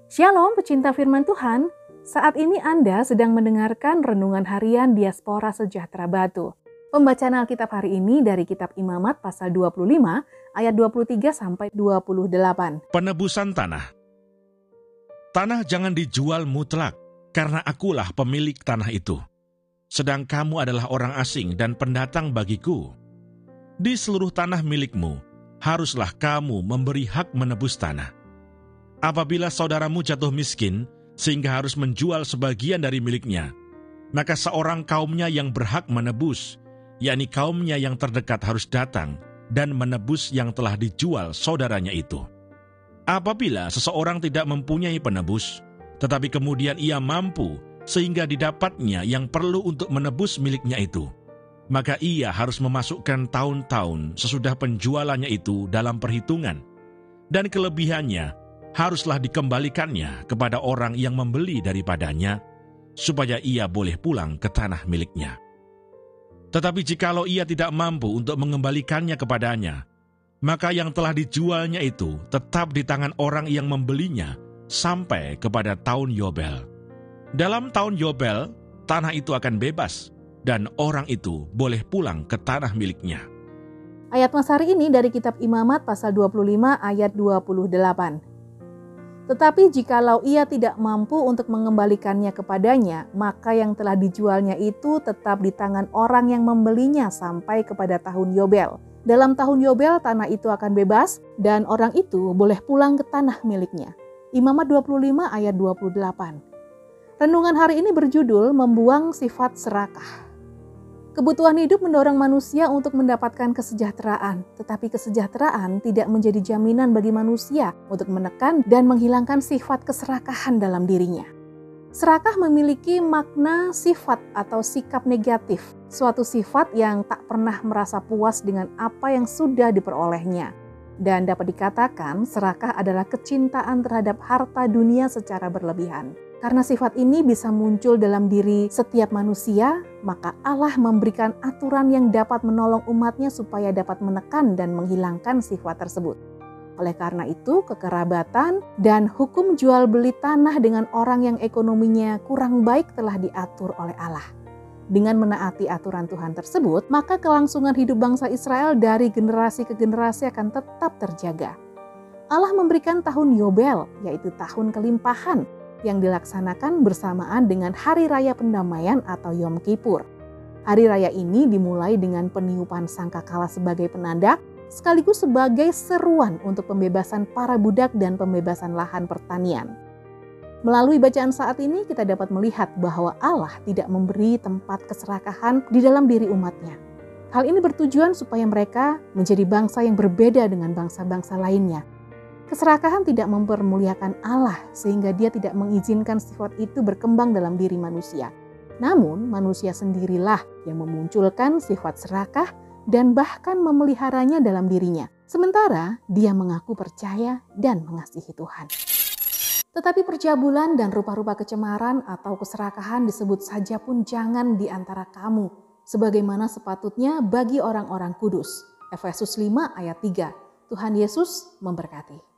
Shalom pecinta firman Tuhan, saat ini Anda sedang mendengarkan Renungan Harian Diaspora Sejahtera Batu. Pembacaan Alkitab hari ini dari Kitab Imamat pasal 25 ayat 23-28. Penebusan tanah. Tanah jangan dijual mutlak, karena akulah pemilik tanah itu. Sedang kamu adalah orang asing dan pendatang bagiku. Di seluruh tanah milikmu, haruslah kamu memberi hak menebus tanah. Apabila saudaramu jatuh miskin, sehingga harus menjual sebagian dari miliknya, maka seorang kaumnya yang berhak menebus, yakni kaumnya yang terdekat harus datang dan menebus yang telah dijual saudaranya itu. Apabila seseorang tidak mempunyai penebus, tetapi kemudian ia mampu sehingga didapatnya yang perlu untuk menebus miliknya itu, maka ia harus memasukkan tahun-tahun sesudah penjualannya itu dalam perhitungan, dan kelebihannya haruslah dikembalikannya kepada orang yang membeli daripadanya, supaya ia boleh pulang ke tanah miliknya. Tetapi jikalau ia tidak mampu untuk mengembalikannya kepadanya, maka yang telah dijualnya itu tetap di tangan orang yang membelinya sampai kepada tahun Yobel. Dalam tahun Yobel, tanah itu akan bebas, dan orang itu boleh pulang ke tanah miliknya. Ayat Mas hari ini dari Kitab Imamat pasal 25 ayat 28. Tetapi jikalau ia tidak mampu untuk mengembalikannya kepadanya, maka yang telah dijualnya itu tetap di tangan orang yang membelinya sampai kepada tahun Yobel. Dalam tahun Yobel, tanah itu akan bebas dan orang itu boleh pulang ke tanah miliknya. Imamat 25 ayat 28. Renungan hari ini berjudul Membuang Sifat Serakah. Kebutuhan hidup mendorong manusia untuk mendapatkan kesejahteraan, tetapi kesejahteraan tidak menjadi jaminan bagi manusia untuk menekan dan menghilangkan sifat keserakahan dalam dirinya. Serakah memiliki makna sifat atau sikap negatif, suatu sifat yang tak pernah merasa puas dengan apa yang sudah diperolehnya. Dan dapat dikatakan serakah adalah kecintaan terhadap harta dunia secara berlebihan. Karena sifat ini bisa muncul dalam diri setiap manusia, maka Allah memberikan aturan yang dapat menolong umatnya supaya dapat menekan dan menghilangkan sifat tersebut. Oleh karena itu, kekerabatan dan hukum jual beli tanah dengan orang yang ekonominya kurang baik telah diatur oleh Allah. Dengan menaati aturan Tuhan tersebut, maka kelangsungan hidup bangsa Israel dari generasi ke generasi akan tetap terjaga. Allah memberikan tahun Yobel, yaitu tahun kelimpahan, yang dilaksanakan bersamaan dengan Hari Raya Pendamaian atau Yom Kippur. Hari raya ini dimulai dengan peniupan sangkakala sebagai penanda, sekaligus sebagai seruan untuk pembebasan para budak dan pembebasan lahan pertanian. Melalui bacaan saat ini kita dapat melihat bahwa Allah tidak memberi tempat keserakahan di dalam diri umatnya. Hal ini bertujuan supaya mereka menjadi bangsa yang berbeda dengan bangsa-bangsa lainnya. Keserakahan tidak mempermuliakan Allah sehingga dia tidak mengizinkan sifat itu berkembang dalam diri manusia. Namun manusia sendirilah yang memunculkan sifat serakah dan bahkan memeliharanya dalam dirinya. Sementara dia mengaku percaya dan mengasihi Tuhan. Tetapi percabulan dan rupa-rupa kecemaran atau keserakahan disebut saja pun jangan di antara kamu, sebagaimana sepatutnya bagi orang-orang kudus. Efesus 5 ayat 3. Tuhan Yesus memberkati.